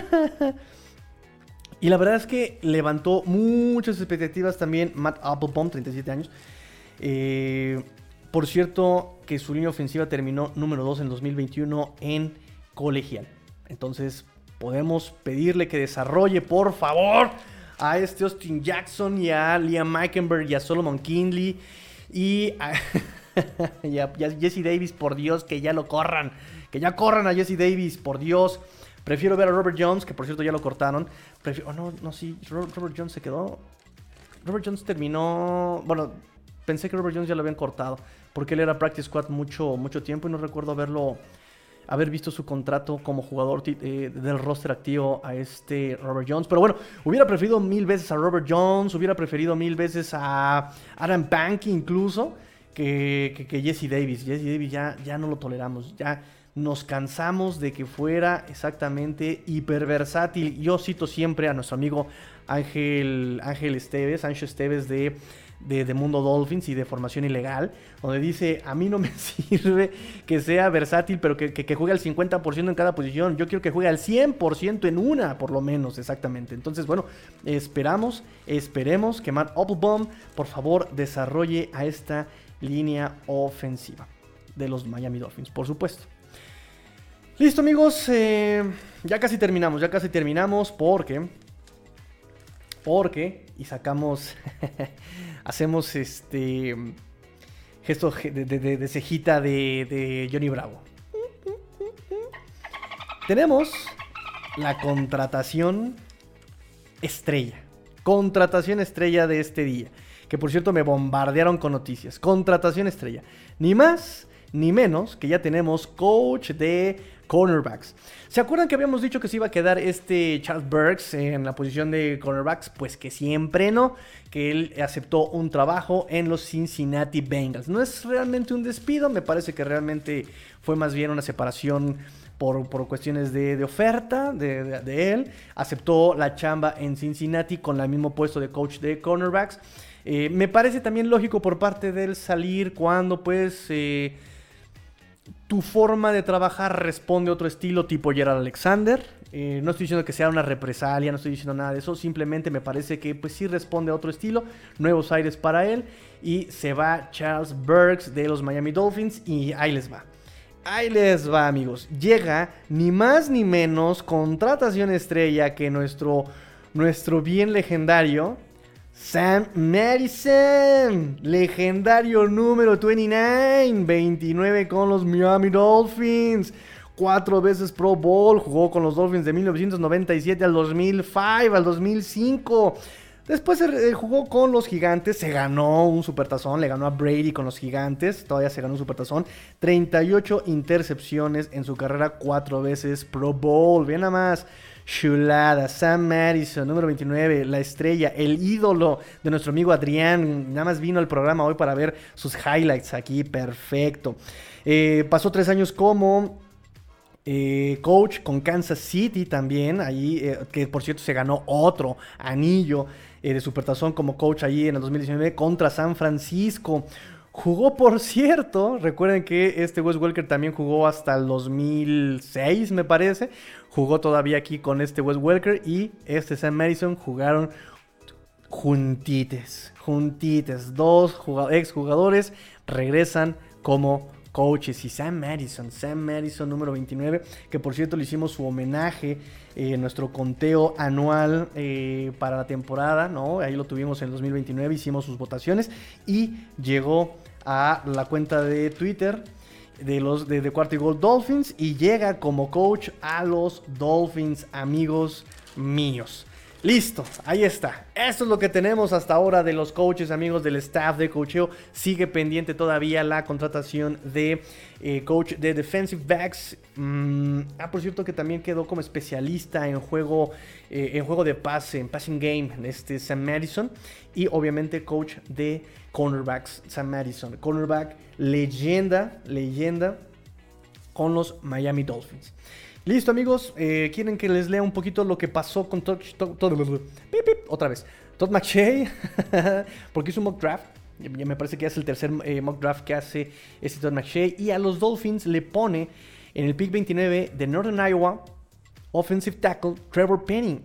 Y la verdad es que levantó muchas expectativas también Matt Applebaum, 37 años. Por cierto, que su línea ofensiva terminó número 2 en 2021 en colegial. Entonces, podemos pedirle que desarrolle, por favor, a Austin Jackson y a Liam Eichenberg y a Solomon Kindley y a Jesse Davis, por Dios, que ya lo corran. Que ya corran a Jesse Davis, por Dios. Prefiero ver a Robert Jones, que por cierto ya lo cortaron. Robert Jones se quedó. Robert Jones terminó... Bueno, pensé que Robert Jones ya lo habían cortado, porque él era practice squad mucho tiempo y no recuerdo haber visto su contrato como jugador del roster activo a Robert Jones. Pero bueno, hubiera preferido 1000 veces a Robert Jones, hubiera preferido 1000 veces a Adam Pankey incluso, que Jesse Davis. Jesse Davis ya no lo toleramos, ya nos cansamos de que fuera exactamente hiperversátil. Yo cito siempre a nuestro amigo Ancho Esteves de Mundo Dolphins y de Formación Ilegal, donde dice: a mí no me sirve que sea versátil, pero que juegue al 50% en cada posición. Yo quiero que juegue al 100% en una, por lo menos, exactamente. Entonces, bueno, esperemos que Matt Applebaum, por favor, desarrolle a esta línea ofensiva de los Miami Dolphins, por supuesto. Listo, amigos, ya casi terminamos porque y sacamos hacemos gesto de cejita de Johnny Bravo. Tenemos la contratación estrella de este día, que por cierto me bombardearon con noticias. Contratación estrella, ni más ni menos que ya tenemos coach de cornerbacks. ¿Se acuerdan que habíamos dicho que se iba a quedar Charles Burks en la posición de cornerbacks? Pues que siempre no, que él aceptó un trabajo en los Cincinnati Bengals. No es realmente un despido, me parece que realmente fue más bien una separación por cuestiones de oferta de él. Aceptó la chamba en Cincinnati con el mismo puesto de coach de cornerbacks. Me parece también lógico por parte de él salir cuando pues... tu forma de trabajar responde a otro estilo tipo Gerald Alexander. No estoy diciendo que sea una represalia, no estoy diciendo nada de eso. Simplemente me parece que pues sí responde a otro estilo. Nuevos aires para él. Y se va Charles Burks de los Miami Dolphins. Y ahí les va, amigos. Llega ni más ni menos contratación estrella que nuestro bien legendario Sam Madison, legendario número 29 con los Miami Dolphins, 4 veces Pro Bowl, jugó con los Dolphins de 1997 al 2005. Después jugó con los Gigantes, se ganó un supertazón, le ganó a Brady con los Gigantes, todavía se ganó un supertazón, 38 intercepciones en su carrera, 4 veces Pro Bowl, bien nada más. Chulada. Sam Madison, número 29, la estrella, el ídolo de nuestro amigo Adrián. Nada más vino al programa hoy para ver sus highlights aquí. Perfecto. Pasó 3 años como coach con Kansas City también. Ahí, que por cierto se ganó otro anillo de Supertazón como coach ahí en el 2019 contra San Francisco. Jugó, por cierto, recuerden que este Wes Welker también jugó hasta el 2006, me parece. Jugó todavía aquí con este Wes Welker y este Sam Madison jugaron juntites. Dos exjugadores regresan como coaches. Y Sam Madison número 29, que por cierto le hicimos su homenaje en nuestro conteo anual para la temporada, ¿no? Ahí lo tuvimos en el 2029, hicimos sus votaciones y llegó a la cuenta de Twitter de Cuarto y Gol Dolphins y llega como coach a los Dolphins, amigos míos. Listo, ahí está. Esto es lo que tenemos hasta ahora de los coaches, amigos, del staff de coacheo. Sigue pendiente todavía la contratación de coach de defensive backs. Por cierto que también quedó como especialista en juego de pase, en passing game, Sam Madison. Y obviamente coach de cornerbacks, Sam Madison. Cornerback leyenda con los Miami Dolphins. Listo, amigos, quieren que les lea un poquito lo que pasó con Todd McShay, porque hizo un mock draft. Ya me parece que es el tercer mock draft que hace Todd McShay. Y a los Dolphins le pone en el pick 29 de Northern Iowa, offensive tackle Trevor Penning.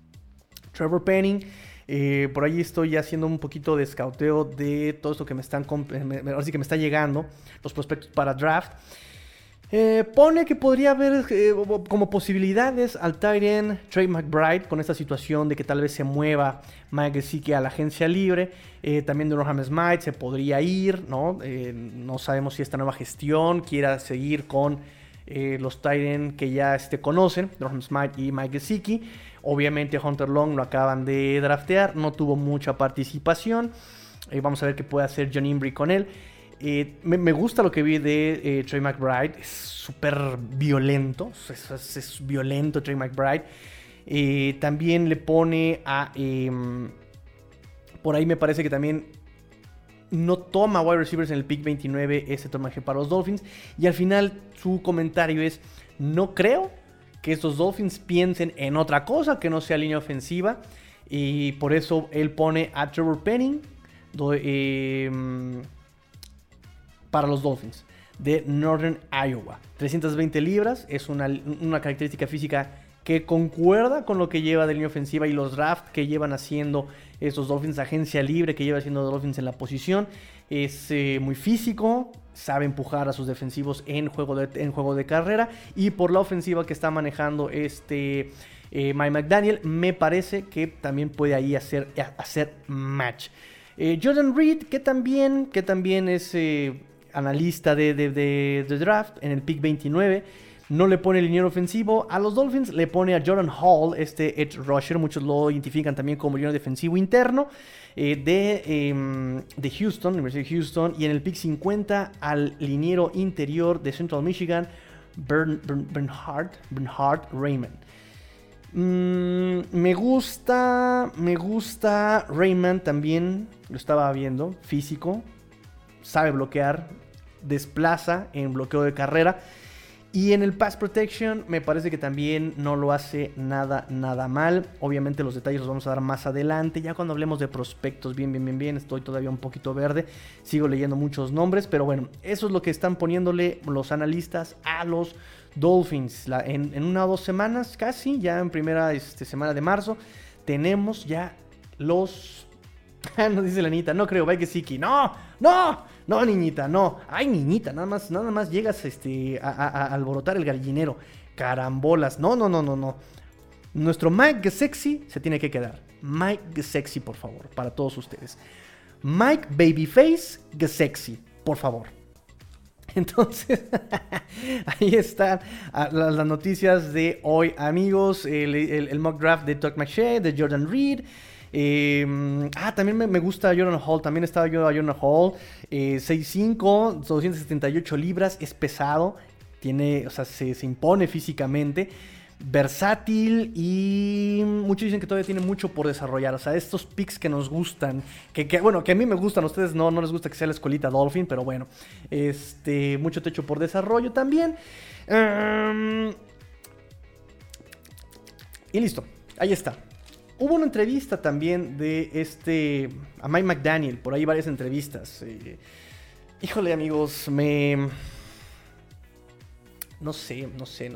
Por ahí estoy haciendo un poquito de scouteo de todo esto que me está llegando, los prospectos para draft. Pone que podría haber como posibilidades al tight end Trey McBride con esta situación de que tal vez se mueva Mike Gesicki a la agencia libre. También Durham Smythe se podría ir, ¿no? No sabemos si esta nueva gestión quiera seguir con los tight end que ya conocen, Durham Smythe y Mike Gesicki. Obviamente Hunter Long lo acaban de draftear, no tuvo mucha participación. Vamos a ver qué puede hacer John Imbri con él. Me gusta lo que vi de Trey McBride. Es súper violento. Es violento Trey McBride. También le pone a... por ahí me parece que también no toma wide receivers en el pick 29 ese tomaje para los Dolphins. Y al final su comentario es: no creo que estos Dolphins piensen en otra cosa que no sea línea ofensiva. Y por eso él pone a Trevor Penning para los Dolphins de Northern Iowa. 320 libras, es una característica física que concuerda con lo que lleva de línea ofensiva y los drafts que llevan haciendo estos Dolphins, agencia libre que lleva haciendo Dolphins en la posición. Es muy físico, sabe empujar a sus defensivos en juego de carrera, y por la ofensiva que está manejando Mike McDaniel, me parece que también puede ahí hacer match. Jordan Reed, que también es analista de draft en el pick 29, no le pone liniero ofensivo. A los Dolphins le pone a Jordan Hall, edge rusher, muchos lo identifican también como liniero defensivo interno, de Houston, Universidad de Houston. Y en el pick 50 al liniero interior de Central Michigan, Bernhard Raymond. Me gusta Raymond también, lo estaba viendo, físico, sabe bloquear, desplaza en bloqueo de carrera, y en el pass protection me parece que también no lo hace nada mal. Obviamente los detalles los vamos a dar más adelante, ya cuando hablemos de prospectos bien. Estoy todavía un poquito verde, sigo leyendo muchos nombres, pero bueno, eso es lo que están poniéndole los analistas a los Dolphins. En 1 o 2 semanas casi, ya en primera semana de marzo, tenemos ya los... Nos dice la niñita, no creo, Mike Gesicki. No, niñita, no. Ay, niñita, nada más llegas a alborotar el gallinero. Carambolas. No. Nuestro Mike Gesicki se tiene que quedar. Mike Gesicki, por favor, para todos ustedes. Mike Babyface Gesicki, por favor. Entonces, ahí están las noticias de hoy, amigos. El mock draft de Todd McShay, de Jordan Reed. También me gusta Jordan Hall. También estaba yo a Jordan Hall. 6'5", 278 libras. Es pesado. Se impone físicamente. versátil y muchos dicen que todavía tiene mucho por desarrollar. O sea, estos picks que nos gustan, que a mí me gustan, a ustedes no les gusta que sea la escuelita Dolphin, pero bueno, mucho techo por desarrollo también. Y listo, ahí está. Hubo una entrevista también de a Mike McDaniel, por ahí varias entrevistas. Híjole, amigos, no sé.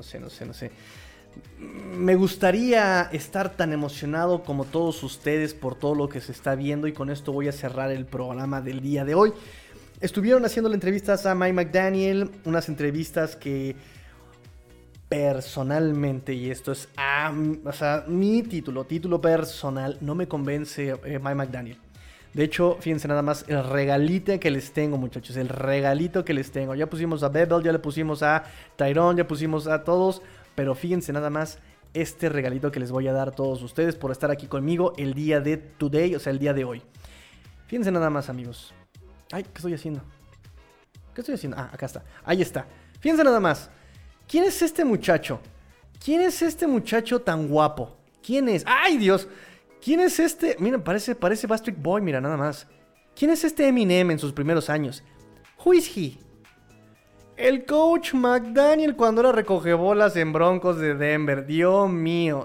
Me gustaría estar tan emocionado como todos ustedes por todo lo que se está viendo, y con esto voy a cerrar el programa del día de hoy. Estuvieron haciendo entrevistas a Mike McDaniel, unas entrevistas que personalmente, y esto es mi título personal, no me convence Mike McDaniel. De hecho, fíjense nada más el regalito que les tengo, muchachos, el regalito que les tengo. Ya pusimos a Bebel, ya le pusimos a Tyrone, ya pusimos a todos, pero fíjense nada más este regalito que les voy a dar a todos ustedes por estar aquí conmigo el día de today, o sea, el día de hoy. Fíjense nada más, amigos. Ay, ¿qué estoy haciendo? Ah, acá está. Ahí está. Fíjense nada más. ¿Quién es este muchacho? ¿Quién es este muchacho tan guapo? ¿Quién es? ¡Ay, Dios! ¿Quién es este? Mira, parece Backstreet Boy, mira, nada más. ¿Quién es este Eminem en sus primeros años? Who is he? El coach McDaniel cuando era recogebolas en Broncos de Denver. Dios mío.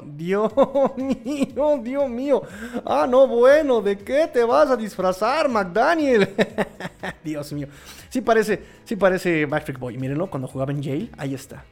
Ah, no, bueno, ¿de qué te vas a disfrazar, McDaniel? Dios mío. Sí parece Backstreet Boy. Mírenlo, cuando jugaba en Yale. Ahí está.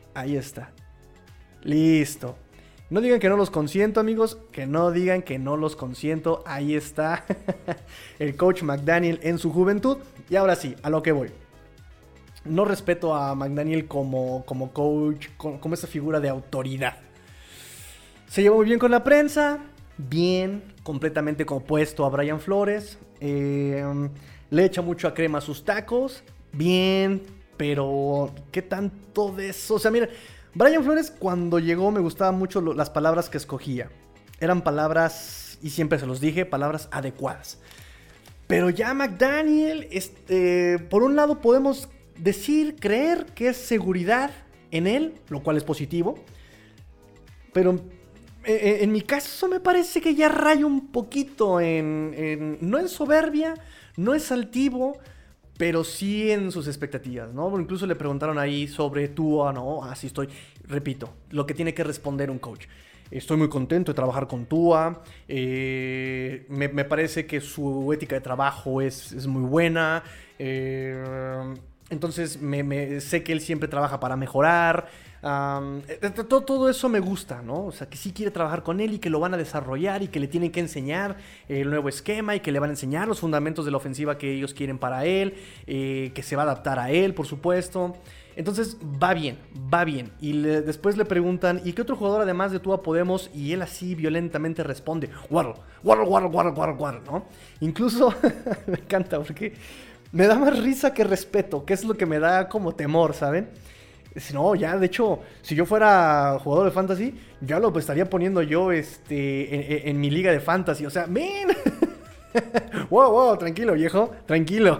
Listo. No digan que no los consiento, amigos. Que no digan que no los consiento. Ahí está. El coach McDaniel en su juventud. Y ahora sí, a lo que voy. No respeto a McDaniel como coach, como esa figura de autoridad. Se llevó muy bien con la prensa, bien, completamente compuesto a Brian Flores. Le echa mucho a crema a sus tacos, bien, pero ¿qué tanto de eso? O sea, miren, Brian Flores cuando llegó me gustaban mucho las palabras que escogía. Eran palabras, y siempre se los dije, palabras adecuadas. Pero ya McDaniel, por un lado podemos creer que es seguridad en él, lo cual es positivo, pero en mi caso me parece que ya raya un poquito no en soberbia, no es altivo, pero sí en sus expectativas, ¿no? Incluso le preguntaron ahí sobre Tua, ¿no? Así estoy, repito, lo que tiene que responder un coach. Estoy muy contento de trabajar con Tua. Me parece que su ética de trabajo es muy buena. Entonces sé que él siempre trabaja para mejorar. Todo eso me gusta, ¿no? O sea, que sí quiere trabajar con él y que lo van a desarrollar y que le tienen que enseñar el nuevo esquema y que le van a enseñar los fundamentos de la ofensiva que ellos quieren para él, que se va a adaptar a él, por supuesto. Entonces va bien. Y después le preguntan, ¿y qué otro jugador además de Tua podemos? Y él así violentamente responde, Waddle, ¿no? Incluso me encanta porque me da más risa que respeto, que es lo que me da como temor, ¿saben? No, ya, de hecho, si yo fuera jugador de fantasy, ya lo estaría poniendo yo en mi liga de fantasy. O sea, ¡men! Wow, tranquilo, viejo, tranquilo.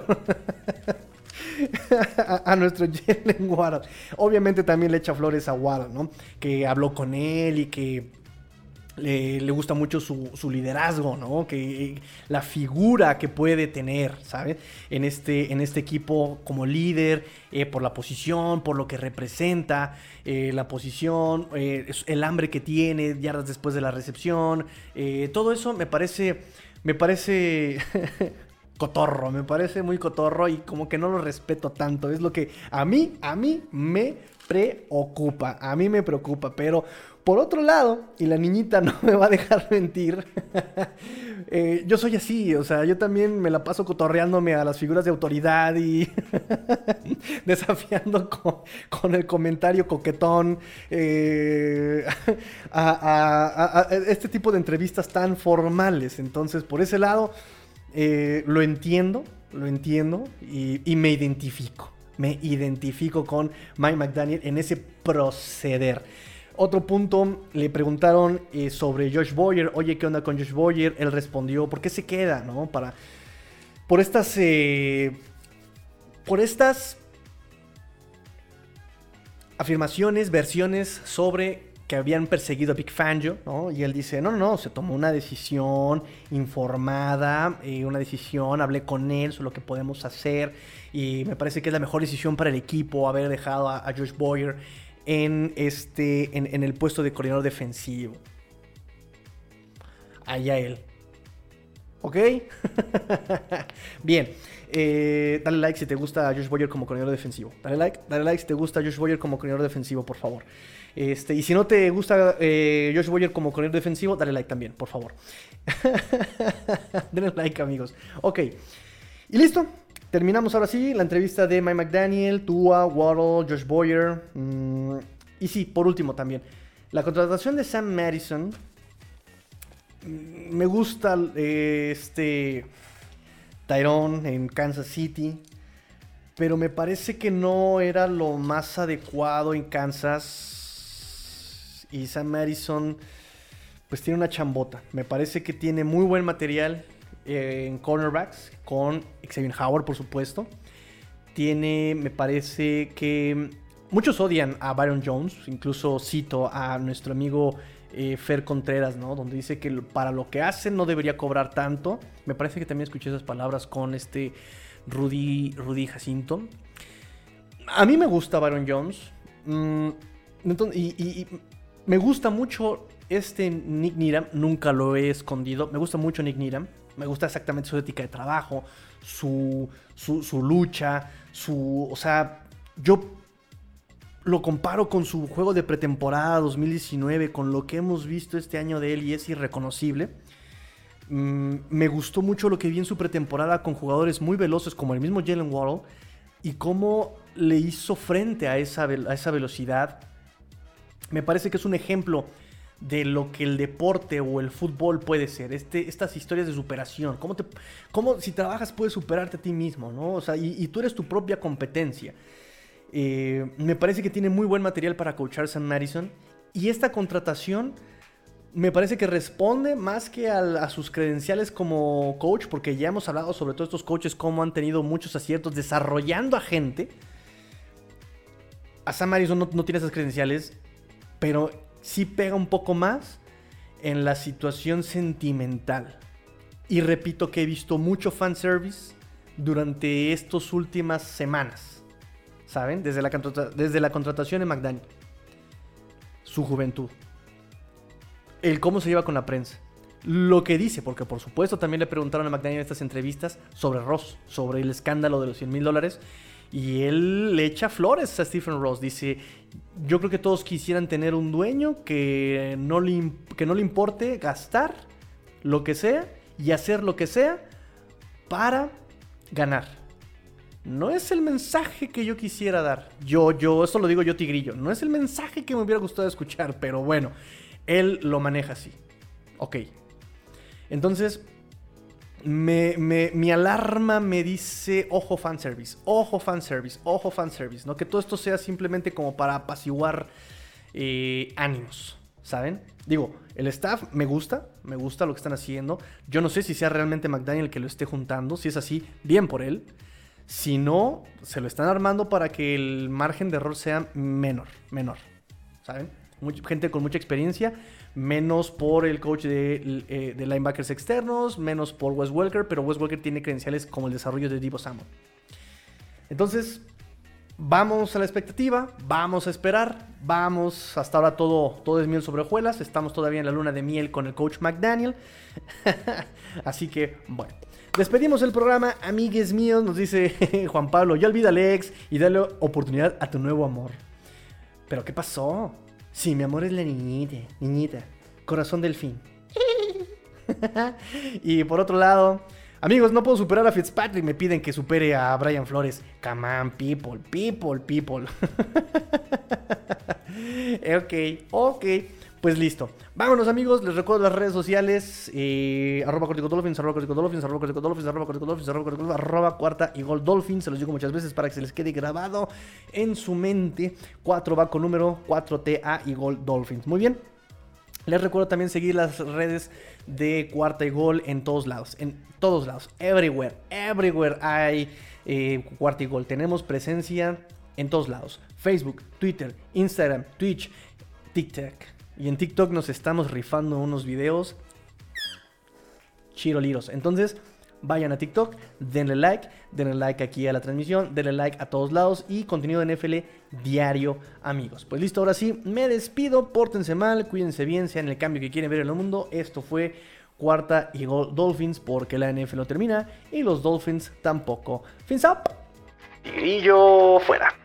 a nuestro Jalen Waddle. Obviamente también le echa flores a Waddle, ¿no? Que habló con él y que le gusta mucho su liderazgo, ¿no? Que la figura que puede tener, ¿sabes? En este equipo como líder, por la posición, por lo que representa la posición, el hambre que tiene, yardas después de la recepción, todo eso me parece cotorro, me parece muy cotorro y como que no lo respeto tanto. Es lo que a mí me preocupa, pero por otro lado, y la niñita no me va a dejar mentir, yo soy así, o sea, yo también me la paso cotorreándome a las figuras de autoridad y desafiando con el comentario coquetón a este tipo de entrevistas tan formales. Entonces, por ese lado, lo entiendo y me identifico. Me identifico con Mike McDaniel en ese proceder. Otro punto, le preguntaron sobre Josh Boyer. Oye, ¿qué onda con Josh Boyer? Él respondió, ¿por qué se queda? ¿No? Por estas afirmaciones, versiones sobre que que habían perseguido a Vic Fangio, ¿no? Y él dice, no, se tomó una decisión informada, una decisión, hablé con él sobre lo que podemos hacer y me parece que es la mejor decisión para el equipo haber dejado a Josh Boyer en el puesto de coordinador defensivo. Allá él. ¿Ok? Bien. Dale like si te gusta Josh Boyer como coordinador defensivo. Dale like si te gusta Josh Boyer como coordinador defensivo, por favor. Y si no te gusta Josh Boyer como coordinador defensivo, dale like también, por favor. Denle like, amigos. Ok. Y listo. Terminamos ahora sí la entrevista de Mike McDaniel, Tua, Waddle, Josh Boyer. Y sí, por último también. La contratación de Sam Madison. Me gusta Tyrone en Kansas City, pero me parece que no era lo más adecuado en Kansas. Y Sam Madison pues tiene una chambota. Me parece que tiene muy buen material en cornerbacks, con Xavier Howard, por supuesto. Me parece que muchos odian a Byron Jones, incluso cito a nuestro amigo Fer Contreras, ¿no? Donde dice que para lo que hace no debería cobrar tanto. Me parece que también escuché esas palabras con Rudy Jacinto. A mí me gusta Byron Jones. Entonces, y me gusta mucho Nick Needham. Nunca lo he escondido. Me gusta mucho Nick Needham. Me gusta exactamente su ética de trabajo, su lucha, o sea, yo lo comparo con su juego de pretemporada 2019, con lo que hemos visto este año de él y es irreconocible. Me gustó mucho lo que vi en su pretemporada con jugadores muy veloces como el mismo Jalen Waddle y cómo le hizo frente a esa velocidad. Me parece que es un ejemplo de lo que el deporte o el fútbol puede ser. Estas historias de superación. Cómo si trabajas puedes superarte a ti mismo, ¿no? O sea, y tú eres tu propia competencia. Me parece que tiene muy buen material para coachar Sam Madison. Y esta contratación me parece que responde más que a sus credenciales como coach, porque ya hemos hablado sobre todos estos coaches, cómo han tenido muchos aciertos desarrollando a gente. A Sam Madison no tiene esas credenciales, pero sí pega un poco más en la situación sentimental. Y repito que he visto mucho fanservice durante estas últimas semanas. ¿Saben? Desde la contratación de McDaniel. Su juventud. El cómo se lleva con la prensa. Lo que dice, porque por supuesto también le preguntaron a McDaniel en estas entrevistas sobre Ross, sobre el escándalo de los $100,000. Y él le echa flores a Stephen Ross. Dice, yo creo que todos quisieran tener un dueño que no le importe gastar lo que sea y hacer lo que sea para ganar. No es el mensaje que yo quisiera dar. Esto lo digo yo, Tigrillo. No es el mensaje que me hubiera gustado escuchar, pero bueno, él lo maneja así. Ok. Entonces, mi alarma me dice, ojo fanservice, ¿no? Que todo esto sea simplemente como para apaciguar ánimos, ¿saben? Digo, el staff me gusta lo que están haciendo. Yo no sé si sea realmente McDaniel el que lo esté juntando. Si es así, bien por él. Si no, se lo están armando para que el margen de error sea menor, ¿saben? Gente con mucha experiencia, menos por el coach de linebackers externos, menos por Wes Welker, pero Wes Welker tiene credenciales como el desarrollo de Deebo Samuel. Entonces, vamos a la expectativa, vamos a esperar, hasta ahora todo es miel sobre hojuelas, estamos todavía en la luna de miel con el coach McDaniel, así que, bueno. Despedimos el programa, amigues míos, nos dice Juan Pablo, ya olvida Alex y dale oportunidad a tu nuevo amor. ¿Pero qué pasó? Sí, mi amor es la niñita, corazón delfín. Y por otro lado, amigos, no puedo superar a Fitzpatrick, me piden que supere a Brian Flores. Come on, people. Ok. Pues listo. Vámonos, amigos. Les recuerdo las redes sociales. @CorticoDolphins, @Cuarta y Gol Dolphins. Se los digo muchas veces para que se les quede grabado en su mente. 4 va con número 4TA y Gol Dolphins. Muy bien. Les recuerdo también seguir las redes de Cuarta y Gol en todos lados. Everywhere hay Cuarta y Gol. Tenemos presencia en todos lados. Facebook, Twitter, Instagram, Twitch, TikTok. Y en TikTok nos estamos rifando unos videos chiroliros. Entonces, vayan a TikTok, denle like aquí a la transmisión, denle like a todos lados y contenido de NFL diario, amigos. Pues listo, ahora sí, me despido, pórtense mal, cuídense bien, sean el cambio que quieren ver en el mundo. Esto fue Cuarta y Gol Dolphins, porque la NFL no termina y los Dolphins tampoco. Fins up. Tigrillo fuera.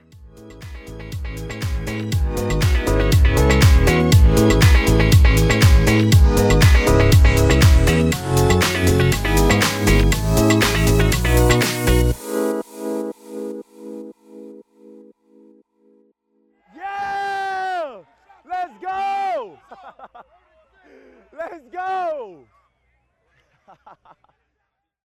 Let's go!